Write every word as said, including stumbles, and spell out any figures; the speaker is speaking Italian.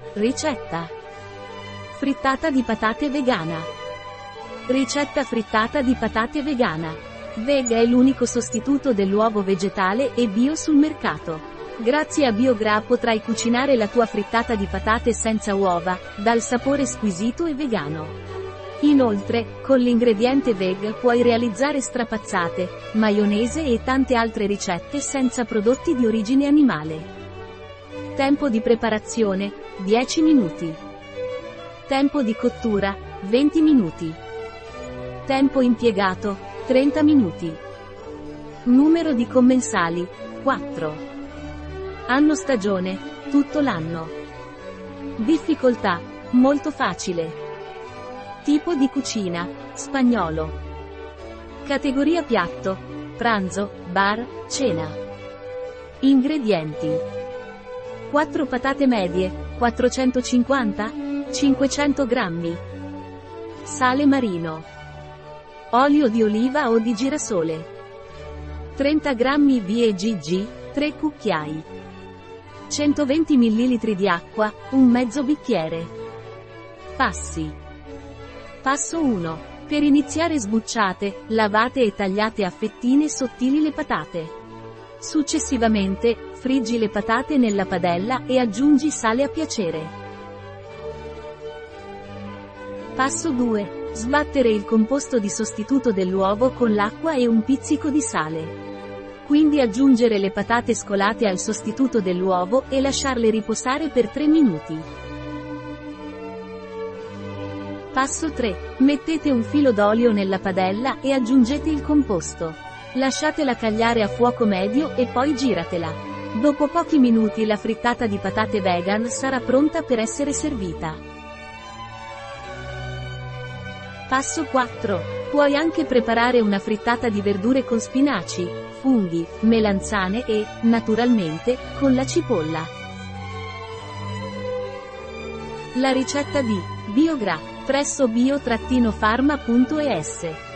Ricetta: frittata di patate vegana. Ricetta frittata di patate vegana. Veg è l'unico sostituto dell'uovo vegetale e bio sul mercato. Grazie a BioGra potrai cucinare la tua frittata di patate senza uova, dal sapore squisito e vegano. Inoltre, con l'ingrediente Veg puoi realizzare strapazzate, maionese e tante altre ricette senza prodotti di origine animale. Tempo di preparazione: dieci minuti. Tempo di cottura: venti minuti. Tempo impiegato: trenta minuti. Numero di commensali: quattro. Anno stagione: tutto l'anno. Difficoltà: molto facile. Tipo di cucina: spagnolo. Categoria piatto: pranzo, bar, cena. Ingredienti: quattro patate medie, quattrocentocinquanta cinquecento grammi. Sale marino. Olio di oliva o di girasole. trenta grammi V E G G, tre cucchiai. centoventi millilitri di acqua, un mezzo bicchiere. Passi. Passo uno. Per iniziare sbucciate, lavate e tagliate a fettine sottili le patate. Successivamente, friggi le patate nella padella e aggiungi sale a piacere. Passo due. Sbattere il composto di sostituto dell'uovo con l'acqua e un pizzico di sale. Quindi aggiungere le patate scolate al sostituto dell'uovo e lasciarle riposare per tre minuti. Passo tre. Mettete un filo d'olio nella padella e aggiungete il composto. Lasciatela cagliare a fuoco medio e poi giratela. Dopo pochi minuti la frittata di patate vegan sarà pronta per essere servita. Passo quattro. Puoi anche preparare una frittata di verdure con spinaci, funghi, melanzane e, naturalmente, con la cipolla. La ricetta di BioGra presso bio-pharma punto es